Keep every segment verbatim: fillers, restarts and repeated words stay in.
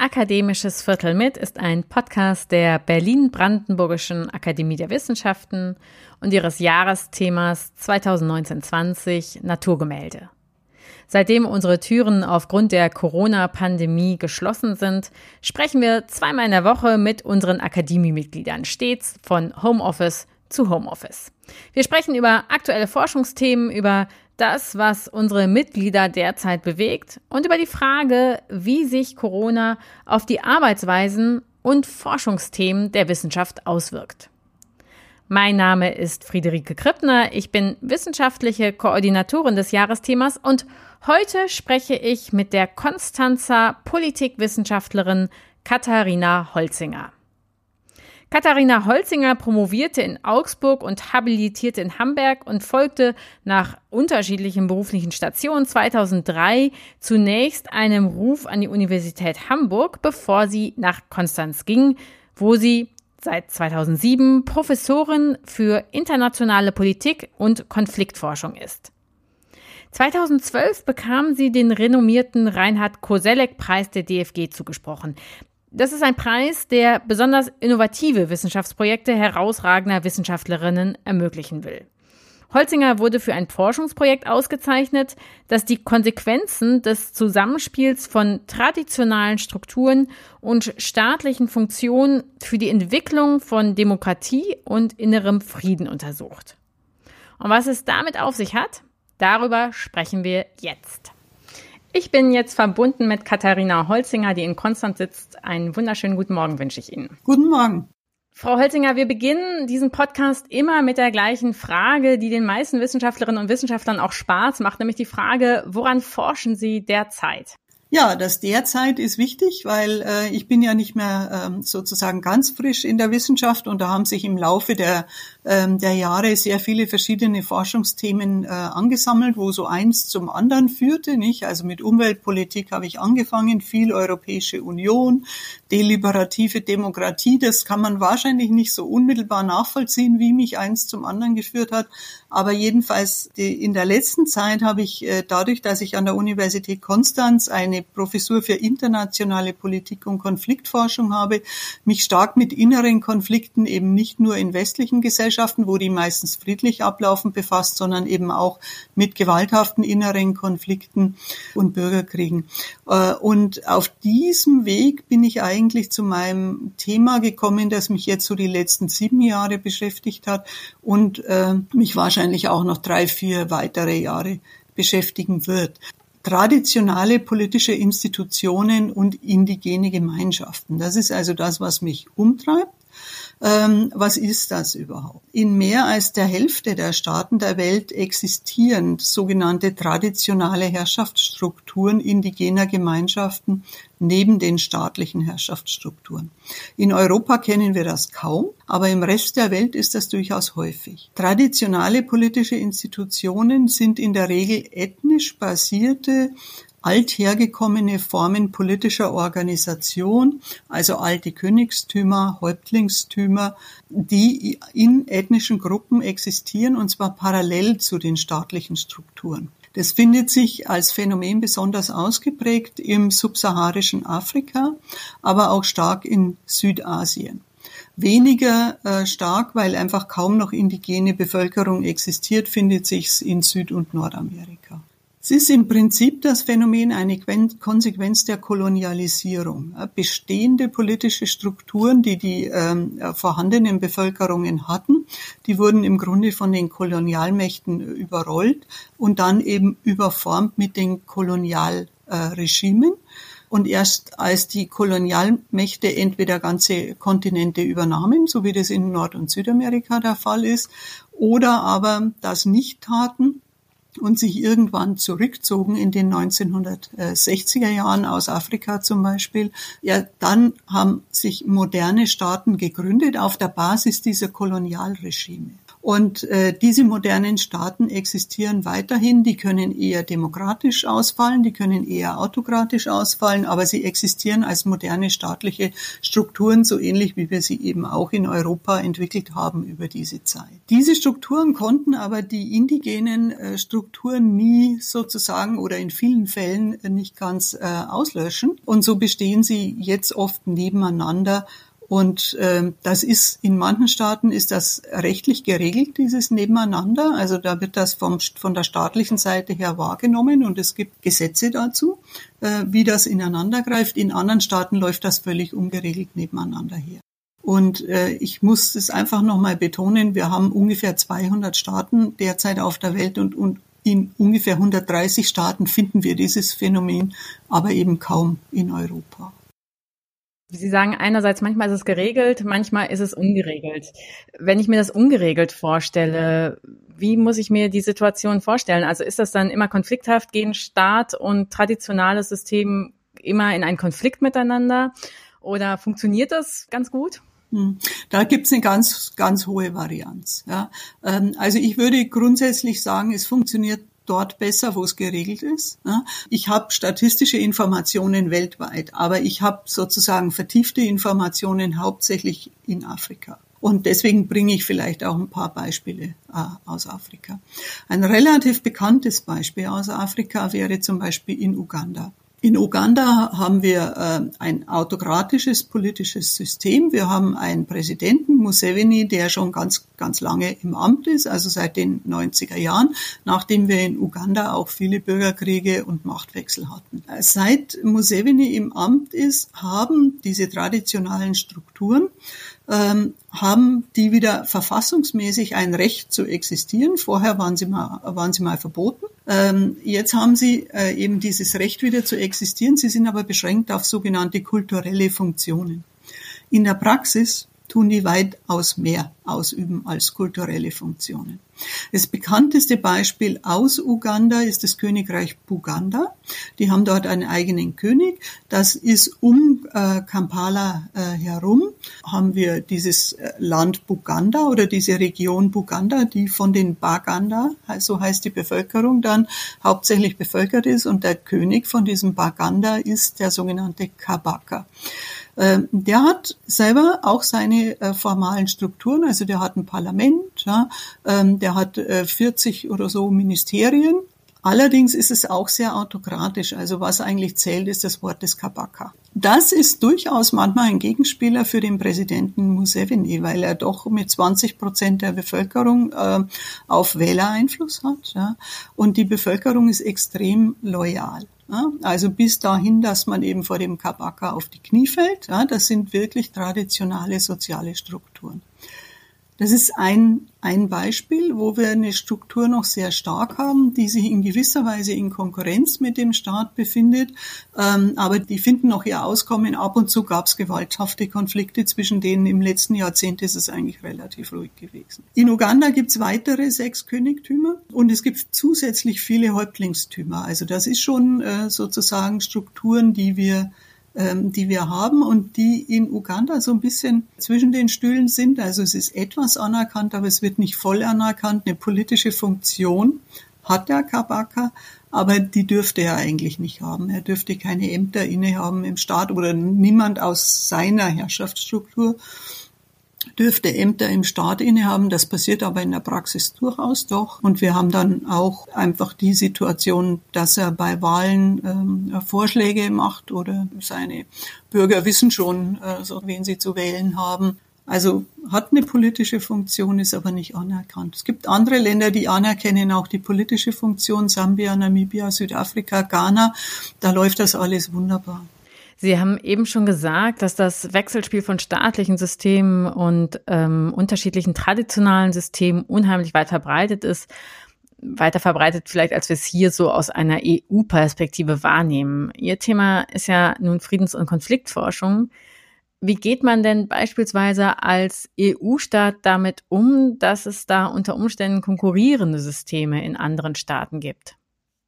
Akademisches Viertel mit ist ein Podcast der Berlin-Brandenburgischen Akademie der Wissenschaften und ihres Jahresthemas zwanzig neunzehn zwanzig Naturgemälde. Seitdem unsere Türen aufgrund der Corona-Pandemie geschlossen sind, sprechen wir zweimal in der Woche mit unseren Akademiemitgliedern, stets von Homeoffice zu Homeoffice. Wir sprechen über aktuelle Forschungsthemen, über das, was unsere Mitglieder derzeit bewegt und über die Frage, wie sich Corona auf die Arbeitsweisen und Forschungsthemen der Wissenschaft auswirkt. Mein Name ist Friederike Krippner, ich bin wissenschaftliche Koordinatorin des Jahresthemas und heute spreche ich mit der Konstanzer Politikwissenschaftlerin Katharina Holzinger. Katharina Holzinger promovierte in Augsburg und habilitierte in Hamburg und folgte nach unterschiedlichen beruflichen Stationen zweitausenddrei zunächst einem Ruf an die Universität Hamburg, bevor sie nach Konstanz ging, wo sie seit zweitausendsieben Professorin für internationale Politik und Konfliktforschung ist. zweitausendzwölf bekam sie den renommierten Reinhard-Koselleck-Preis der D F G zugesprochen. Das ist ein Preis, der besonders innovative Wissenschaftsprojekte herausragender Wissenschaftlerinnen ermöglichen will. Holzinger wurde für ein Forschungsprojekt ausgezeichnet, das die Konsequenzen des Zusammenspiels von traditionalen Strukturen und staatlichen Funktionen für die Entwicklung von Demokratie und innerem Frieden untersucht. Und was es damit auf sich hat, darüber sprechen wir jetzt. Ich bin jetzt verbunden mit Katharina Holzinger, die in Konstanz sitzt. Einen wunderschönen guten Morgen wünsche ich Ihnen. Guten Morgen. Frau Holzinger, wir beginnen diesen Podcast immer mit der gleichen Frage, die den meisten Wissenschaftlerinnen und Wissenschaftlern auch Spaß macht, nämlich die Frage, woran forschen Sie derzeit? Ja, das derzeit ist wichtig, weil äh, ich bin ja nicht mehr ähm, sozusagen ganz frisch in der Wissenschaft und da haben sich im Laufe der ähm, der Jahre sehr viele verschiedene Forschungsthemen äh, angesammelt, wo so eins zum anderen führte, nicht? Also mit Umweltpolitik habe ich angefangen, viel Europäische Union, deliberative Demokratie, das kann man wahrscheinlich nicht so unmittelbar nachvollziehen, wie mich eins zum anderen geführt hat, aber jedenfalls die, in der letzten Zeit habe ich äh, dadurch, dass ich an der Universität Konstanz eine Professur für internationale Politik und Konfliktforschung habe, mich stark mit inneren Konflikten eben nicht nur in westlichen Gesellschaften, wo die meistens friedlich ablaufen, befasst, sondern eben auch mit gewalthaften inneren Konflikten und Bürgerkriegen. Und auf diesem Weg bin ich eigentlich zu meinem Thema gekommen, das mich jetzt so die letzten sieben Jahre beschäftigt hat und mich wahrscheinlich auch noch drei, vier weitere Jahre beschäftigen wird. Traditionale politische Institutionen und indigene Gemeinschaften. Das ist also das, was mich umtreibt. Ähm, was ist das überhaupt? In mehr als der Hälfte der Staaten der Welt existieren sogenannte traditionale Herrschaftsstrukturen indigener Gemeinschaften neben den staatlichen Herrschaftsstrukturen. In Europa kennen wir das kaum, aber im Rest der Welt ist das durchaus häufig. Traditionale politische Institutionen sind in der Regel ethnisch basierte althergekommene Formen politischer Organisation, also alte Königstümer, Häuptlingstümer, die in ethnischen Gruppen existieren, und zwar parallel zu den staatlichen Strukturen. Das findet sich als Phänomen besonders ausgeprägt im subsaharischen Afrika, aber auch stark in Südasien. Weniger äh, stark, weil einfach kaum noch indigene Bevölkerung existiert, findet sich's in Süd- und Nordamerika. Es ist im Prinzip das Phänomen eine Konsequenz der Kolonialisierung. Bestehende politische Strukturen, die die ähm, vorhandenen Bevölkerungen hatten, die wurden im Grunde von den Kolonialmächten überrollt und dann eben überformt mit den Kolonialregimen. Und erst als die Kolonialmächte entweder ganze Kontinente übernahmen, so wie das in Nord- und Südamerika der Fall ist, oder aber das nicht taten, und sich irgendwann zurückzogen in den neunzehnhundertsechziger Jahren aus Afrika zum Beispiel, ja, dann haben sich moderne Staaten gegründet auf der Basis dieser Kolonialregime. Und äh, diese modernen Staaten existieren weiterhin. Die können eher demokratisch ausfallen, die können eher autokratisch ausfallen, aber sie existieren als moderne staatliche Strukturen, so ähnlich wie wir sie eben auch in Europa entwickelt haben über diese Zeit. Diese Strukturen konnten aber die indigenen äh, Strukturen nie sozusagen oder in vielen Fällen äh, nicht ganz äh, auslöschen. Und so bestehen sie jetzt oft nebeneinander. Und äh, das ist, in manchen Staaten ist das rechtlich geregelt, dieses Nebeneinander. Also da wird das vom, von der staatlichen Seite her wahrgenommen und es gibt Gesetze dazu, äh, wie das ineinander greift. In anderen Staaten läuft das völlig ungeregelt nebeneinander her. Und äh, ich muss es einfach nochmal betonen, wir haben ungefähr zweihundert Staaten derzeit auf der Welt und, und in ungefähr hundertdreißig Staaten finden wir dieses Phänomen, aber eben kaum in Europa. Sie sagen einerseits, manchmal ist es geregelt, manchmal ist es ungeregelt. Wenn ich mir das ungeregelt vorstelle, wie muss ich mir die Situation vorstellen? Also ist das dann immer konflikthaft, gehen Staat und traditionales System immer in einen Konflikt miteinander oder funktioniert das ganz gut? Da gibt's eine ganz, ganz hohe Varianz. Ja. Also ich würde grundsätzlich sagen, es funktioniert dort besser, wo es geregelt ist. Ich habe statistische Informationen weltweit, aber ich habe sozusagen vertiefte Informationen hauptsächlich in Afrika. Und deswegen bringe ich vielleicht auch ein paar Beispiele äh, aus Afrika. Ein relativ bekanntes Beispiel aus Afrika wäre zum Beispiel in Uganda. In Uganda haben wir äh, ein autokratisches politisches System. Wir haben einen Präsidenten, Museveni, der schon ganz, ganz lange im Amt ist, also seit den neunziger Jahren, nachdem wir in Uganda auch viele Bürgerkriege und Machtwechsel hatten. Seit Museveni im Amt ist, haben diese traditionellen Strukturen ähm, haben die wieder verfassungsmäßig ein Recht zu existieren. Vorher waren sie mal, waren sie mal verboten. Ähm, jetzt haben sie äh, eben dieses Recht wieder zu existieren. Sie sind aber beschränkt auf sogenannte kulturelle Funktionen. In der Praxis tun die weitaus mehr ausüben als kulturelle Funktionen. Das bekannteste Beispiel aus Uganda ist das Königreich Buganda. Die haben dort einen eigenen König. Das ist um äh, Kampala äh, herum, haben wir dieses äh, Land Buganda oder diese Region Buganda, die von den Baganda, so heißt die Bevölkerung dann, hauptsächlich bevölkert ist. Und der König von diesem Baganda ist der sogenannte Kabaka. Der hat selber auch seine äh, formalen Strukturen, also der hat ein Parlament, ja, ähm, der hat äh, vierzig oder so Ministerien. Allerdings ist es auch sehr autokratisch, also was eigentlich zählt, ist das Wort des Kabaka. Das ist durchaus manchmal ein Gegenspieler für den Präsidenten Museveni, weil er doch mit zwanzig Prozent der Bevölkerung äh, auf Wählereinfluss hat, ja, und die Bevölkerung ist extrem loyal. Ja, also bis dahin, dass man eben vor dem Kabaka auf die Knie fällt. Ja, das sind wirklich traditionelle soziale Strukturen. Das ist ein, ein Beispiel, wo wir eine Struktur noch sehr stark haben, die sich in gewisser Weise in Konkurrenz mit dem Staat befindet. Ähm, aber die finden noch ihr Auskommen. Ab und zu gab es gewalthafte Konflikte zwischen denen. Im letzten Jahrzehnt ist es eigentlich relativ ruhig gewesen. In Uganda gibt es weitere sechs Königtümer und es gibt zusätzlich viele Häuptlingstümer. Also das ist schon äh, sozusagen Strukturen, die wir die wir haben und die in Uganda so ein bisschen zwischen den Stühlen sind. Also es ist etwas anerkannt, aber es wird nicht voll anerkannt. Eine politische Funktion hat der Kabaka, aber die dürfte er eigentlich nicht haben. Er dürfte keine Ämter innehaben im Staat oder niemand aus seiner Herrschaftsstruktur dürfte Ämter im Staat innehaben. Das passiert aber in der Praxis durchaus doch. Und wir haben dann auch einfach die Situation, dass er bei Wahlen ähm, Vorschläge macht oder seine Bürger wissen schon, äh, so, wen sie zu wählen haben. Also hat eine politische Funktion, ist aber nicht anerkannt. Es gibt andere Länder, die anerkennen auch die politische Funktion. Sambia, Namibia, Südafrika, Ghana. Da läuft das alles wunderbar. Sie haben eben schon gesagt, dass das Wechselspiel von staatlichen Systemen und ähm, unterschiedlichen traditionellen Systemen unheimlich weit verbreitet ist. Weiter verbreitet vielleicht, als wir es hier so aus einer E U-Perspektive wahrnehmen. Ihr Thema ist ja nun Friedens- und Konfliktforschung. Wie geht man denn beispielsweise als E U-Staat damit um, dass es da unter Umständen konkurrierende Systeme in anderen Staaten gibt?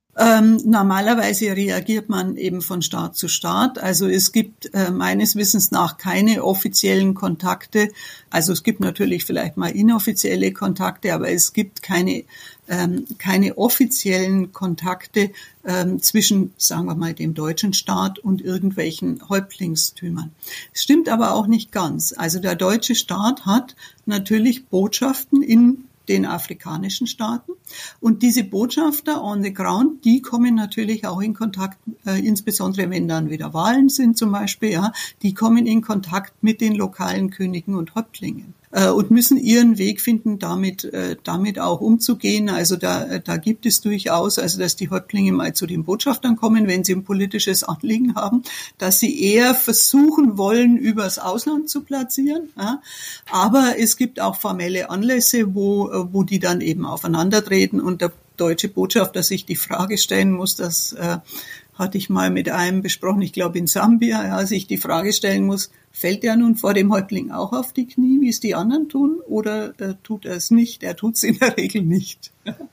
Ähm, normalerweise reagiert man eben von Staat zu Staat. Also es gibt äh, meines Wissens nach keine offiziellen Kontakte. Also es gibt natürlich vielleicht mal inoffizielle Kontakte, aber es gibt keine ähm, keine offiziellen Kontakte ähm, zwischen, sagen wir mal, dem deutschen Staat und irgendwelchen Häuptlingstümern. Es stimmt aber auch nicht ganz. Also der deutsche Staat hat natürlich Botschaften in den afrikanischen Staaten. Und diese Botschafter on the ground, die kommen natürlich auch in Kontakt, äh, insbesondere wenn dann wieder Wahlen sind zum Beispiel, ja, die kommen in Kontakt mit den lokalen Königen und Häuptlingen. Und müssen ihren Weg finden, damit äh, damit auch umzugehen. Also da da gibt es durchaus, also dass die Häuptlinge mal zu den Botschaftern kommen, wenn sie ein politisches Anliegen haben, dass sie eher versuchen wollen, übers Ausland zu platzieren. Ja. Aber es gibt auch formelle Anlässe, wo wo die dann eben aufeinandertreten und der deutsche Botschafter sich die Frage stellen muss, dass äh, hatte ich mal mit einem besprochen, ich glaube in Sambia, ja, sich die Frage stellen muss, fällt er nun vor dem Häuptling auch auf die Knie, wie es die anderen tun, oder äh, tut er es nicht? Er tut es in der Regel nicht.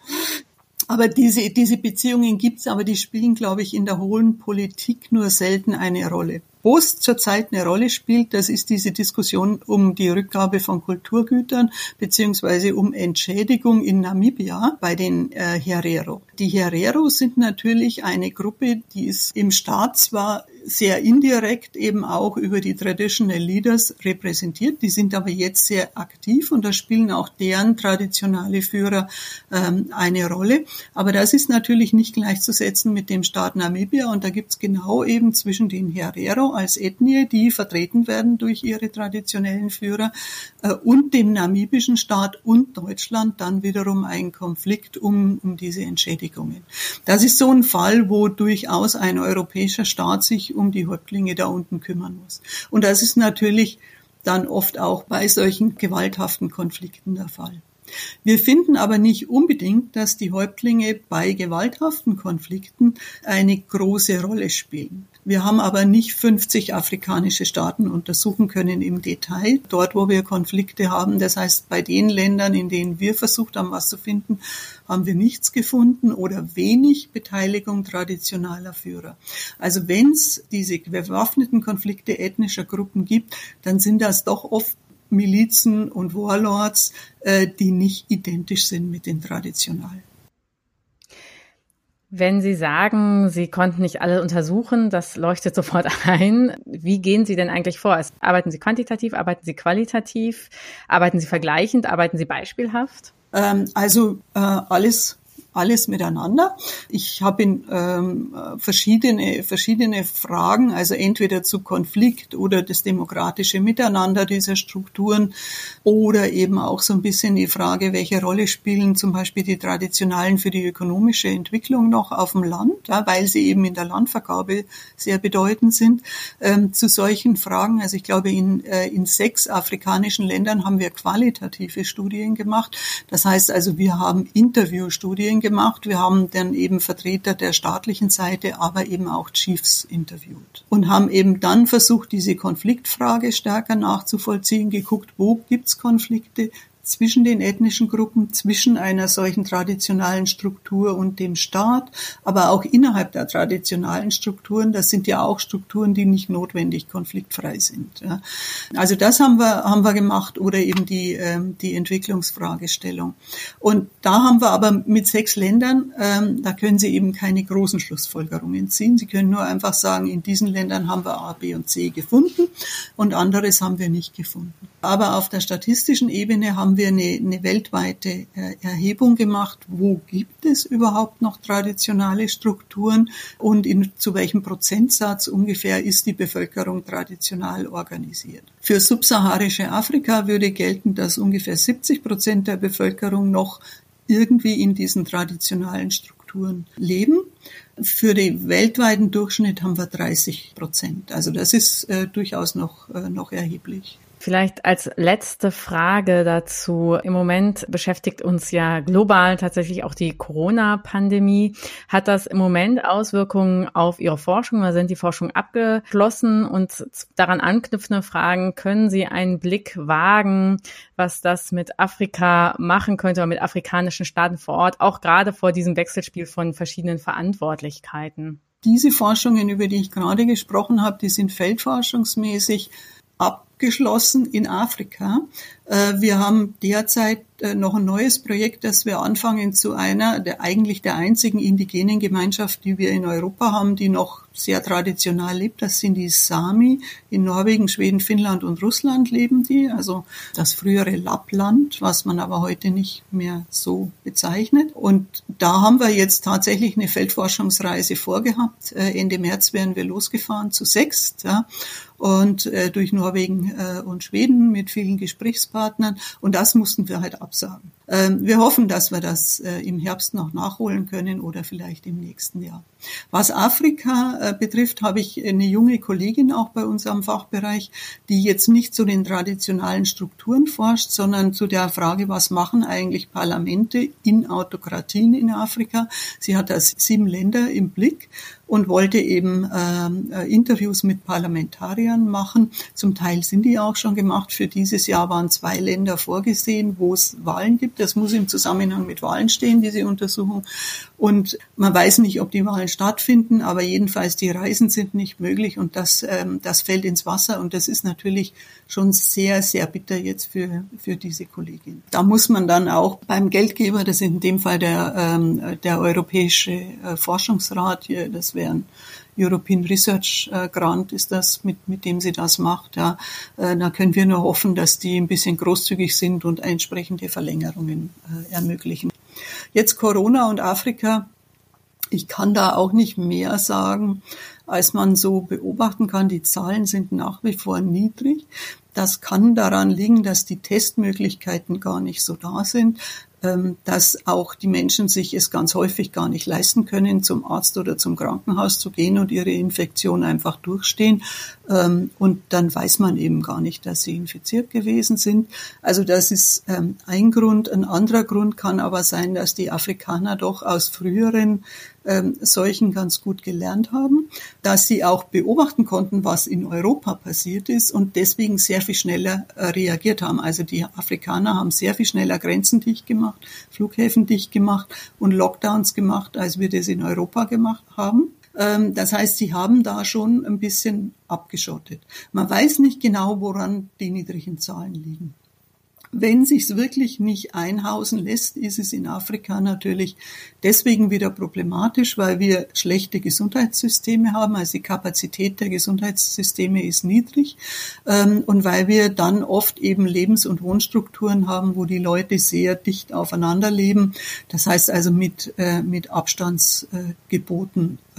Aber diese, diese Beziehungen gibt's, aber die spielen, glaube ich, in der hohen Politik nur selten eine Rolle. Wo es zurzeit eine Rolle spielt, das ist diese Diskussion um die Rückgabe von Kulturgütern beziehungsweise um Entschädigung in Namibia bei den äh, Herero. Die Herero sind natürlich eine Gruppe, die ist im Staat zwar sehr indirekt eben auch über die Traditional Leaders repräsentiert, die sind aber jetzt sehr aktiv und da spielen auch deren traditionelle Führer ähm, eine Rolle. Aber das ist natürlich nicht gleichzusetzen mit dem Staat Namibia und da gibt's genau eben zwischen den Herero als Ethnie, die vertreten werden durch ihre traditionellen Führer, äh, und dem namibischen Staat und Deutschland dann wiederum ein Konflikt um, um diese Entschädigungen. Das ist so ein Fall, wo durchaus ein europäischer Staat sich um die Häuptlinge da unten kümmern muss. Und das ist natürlich dann oft auch bei solchen gewalthaften Konflikten der Fall. Wir finden aber nicht unbedingt, dass die Häuptlinge bei gewalthaften Konflikten eine große Rolle spielen. Wir haben aber nicht fünfzig afrikanische Staaten untersuchen können im Detail, dort wo wir Konflikte haben. Das heißt, bei den Ländern, in denen wir versucht haben, was zu finden, haben wir nichts gefunden oder wenig Beteiligung traditioneller Führer. Also wenn es diese bewaffneten Konflikte ethnischer Gruppen gibt, dann sind das doch oft Milizen und Warlords, äh, die nicht identisch sind mit den traditionalen. Wenn Sie sagen, Sie konnten nicht alle untersuchen, das leuchtet sofort ein. Wie gehen Sie denn eigentlich vor? Arbeiten Sie quantitativ, arbeiten Sie qualitativ, arbeiten Sie vergleichend, arbeiten Sie beispielhaft? Ähm, also äh, alles alles miteinander. Ich habe in ähm, verschiedene verschiedene Fragen, also entweder zu Konflikt oder das demokratische Miteinander dieser Strukturen oder eben auch so ein bisschen die Frage, welche Rolle spielen zum Beispiel die Traditionalen für die ökonomische Entwicklung noch auf dem Land, ja, weil sie eben in der Landvergabe sehr bedeutend sind. Ähm, zu solchen Fragen, also ich glaube in, äh, in sechs afrikanischen Ländern haben wir qualitative Studien gemacht. Das heißt also, wir haben Interviewstudien gemacht. Wir haben dann eben Vertreter der staatlichen Seite, aber eben auch Chiefs interviewt und haben eben dann versucht, diese Konfliktfrage stärker nachzuvollziehen, geguckt, wo gibt's Konflikte zwischen den ethnischen Gruppen, zwischen einer solchen traditionalen Struktur und dem Staat, aber auch innerhalb der traditionalen Strukturen. Das sind ja auch Strukturen, die nicht notwendig konfliktfrei sind. Ja. Also das haben wir haben wir gemacht oder eben die ähm, die Entwicklungsfragestellung. Und da haben wir aber mit sechs Ländern, ähm, da können Sie eben keine großen Schlussfolgerungen ziehen. Sie können nur einfach sagen, in diesen Ländern haben wir A, B und C gefunden und anderes haben wir nicht gefunden. Aber auf der statistischen Ebene haben wir eine, eine weltweite Erhebung gemacht, wo gibt es überhaupt noch traditionelle Strukturen und in, zu welchem Prozentsatz ungefähr ist die Bevölkerung traditional organisiert. Für subsaharische Afrika würde gelten, dass ungefähr siebzig Prozent der Bevölkerung noch irgendwie in diesen traditionalen Strukturen leben. Für den weltweiten Durchschnitt haben wir dreißig Prozent. Also das ist äh, durchaus noch, äh, noch erheblich. Vielleicht als letzte Frage dazu. Im Moment beschäftigt uns ja global tatsächlich auch die Corona-Pandemie. Hat das im Moment Auswirkungen auf Ihre Forschung oder sind die Forschung abgeschlossen? Und daran anknüpfende Fragen, können Sie einen Blick wagen, was das mit Afrika machen könnte oder mit afrikanischen Staaten vor Ort, auch gerade vor diesem Wechselspiel von verschiedenen Verantwortlichkeiten? Diese Forschungen, über die ich gerade gesprochen habe, die sind feldforschungsmäßig abgeschlossen in Afrika. Wir haben derzeit noch ein neues Projekt, das wir anfangen zu einer, der eigentlich der einzigen indigenen Gemeinschaft, die wir in Europa haben, die noch sehr traditionell lebt. Das sind die Sami. In Norwegen, Schweden, Finnland und Russland leben die. Also das frühere Lappland, was man aber heute nicht mehr so bezeichnet. Und da haben wir jetzt tatsächlich eine Feldforschungsreise vorgehabt. Ende März wären wir losgefahren zu sechst, ja, und äh, durch Norwegen äh, und Schweden mit vielen Gesprächspartnern. Und das mussten wir halt absagen. Ähm, wir hoffen, dass wir das äh, im Herbst noch nachholen können oder vielleicht im nächsten Jahr. Was Afrika äh, betrifft, habe ich eine junge Kollegin auch bei uns am Fachbereich, die jetzt nicht zu den traditionellen Strukturen forscht, sondern zu der Frage, was machen eigentlich Parlamente in Autokratien in Afrika. Sie hat das sieben Länder im Blick und wollte eben ähm, Interviews mit Parlamentariern machen. Zum Teil sind die auch schon gemacht. Für dieses Jahr waren zwei Länder vorgesehen, wo es Wahlen gibt. Das muss im Zusammenhang mit Wahlen stehen, diese Untersuchung. Und man weiß nicht, ob die Wahlen stattfinden, aber jedenfalls die Reisen sind nicht möglich und das, ähm, das fällt ins Wasser. Und das ist natürlich schon sehr, sehr bitter jetzt für, für diese Kollegin. Da muss man dann auch beim Geldgeber, das ist in dem Fall der, ähm, der Europäische äh, Forschungsrat, hier, das wäre ein European Research Grant ist das, mit, mit dem sie das macht. Ja, da können wir nur hoffen, dass die ein bisschen großzügig sind und entsprechende Verlängerungen äh, ermöglichen. Jetzt Corona und Afrika. Ich kann da auch nicht mehr sagen, als man so beobachten kann. Die Zahlen sind nach wie vor niedrig. Das kann daran liegen, dass die Testmöglichkeiten gar nicht so da sind, dass auch die Menschen sich es ganz häufig gar nicht leisten können, zum Arzt oder zum Krankenhaus zu gehen und ihre Infektion einfach durchstehen. Und dann weiß man eben gar nicht, dass sie infiziert gewesen sind. Also das ist ein Grund. Ein anderer Grund kann aber sein, dass die Afrikaner doch aus früheren Seuchen ganz gut gelernt haben, dass sie auch beobachten konnten, was in Europa passiert ist und deswegen sehr viel schneller reagiert haben. Also die Afrikaner haben sehr viel schneller Grenzen dicht gemacht, Flughäfen dicht gemacht und Lockdowns gemacht, als wir das in Europa gemacht haben. Das heißt, sie haben da schon ein bisschen abgeschottet. Man weiß nicht genau, woran die niedrigen Zahlen liegen. Wenn sich's wirklich nicht einhausen lässt, ist es in Afrika natürlich deswegen wieder problematisch, weil wir schlechte Gesundheitssysteme haben, also die Kapazität der Gesundheitssysteme ist niedrig, ähm, und weil wir dann oft eben Lebens- und Wohnstrukturen haben, wo die Leute sehr dicht aufeinander leben. Das heißt also mit, äh, mit Abstandsgeboten äh,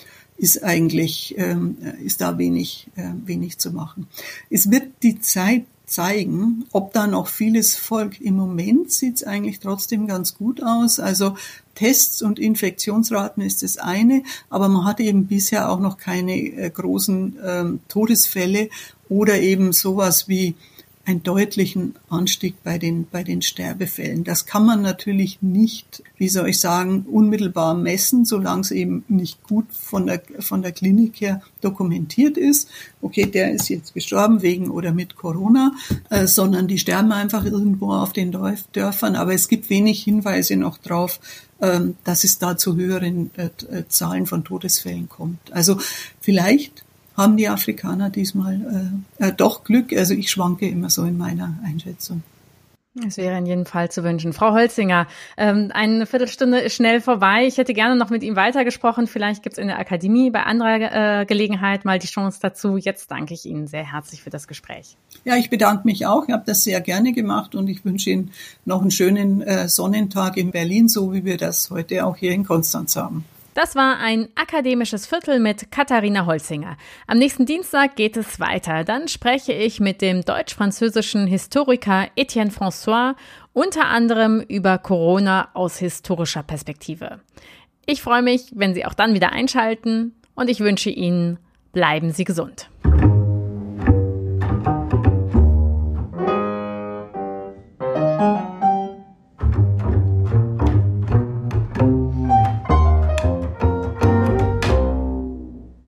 ist eigentlich, ähm, ist da wenig, äh, wenig zu machen. Es wird die Zeit zeigen, ob da noch vieles folgt. Im Moment sieht's eigentlich trotzdem ganz gut aus. Also Tests und Infektionsraten ist das eine, aber man hat eben bisher auch noch keine äh, großen ähm, Todesfälle oder eben sowas wie einen deutlichen Anstieg bei den, bei den Sterbefällen. Das kann man natürlich nicht, wie soll ich sagen, unmittelbar messen, solange es eben nicht gut von der, von der Klinik her dokumentiert ist. Okay, der ist jetzt gestorben wegen oder mit Corona, äh, sondern die sterben einfach irgendwo auf den Dörfern. Aber es gibt wenig Hinweise noch drauf, ähm, dass es da zu höheren äh, Zahlen von Todesfällen kommt. Also vielleicht haben die Afrikaner diesmal äh, äh, doch Glück. Also ich schwanke immer so in meiner Einschätzung. Es wäre in jedem Fall zu wünschen. Frau Holzinger, ähm, eine Viertelstunde ist schnell vorbei. Ich hätte gerne noch mit Ihnen weitergesprochen. Vielleicht gibt es in der Akademie bei anderer äh, Gelegenheit mal die Chance dazu. Jetzt danke ich Ihnen sehr herzlich für das Gespräch. Ja, ich bedanke mich auch. Ich habe das sehr gerne gemacht und ich wünsche Ihnen noch einen schönen äh, Sonnentag in Berlin, so wie wir das heute auch hier in Konstanz haben. Das war ein akademisches Viertel mit Katharina Holzinger. Am nächsten Dienstag geht es weiter. Dann spreche ich mit dem deutsch-französischen Historiker Etienne François unter anderem über Corona aus historischer Perspektive. Ich freue mich, wenn Sie auch dann wieder einschalten und ich wünsche Ihnen, bleiben Sie gesund.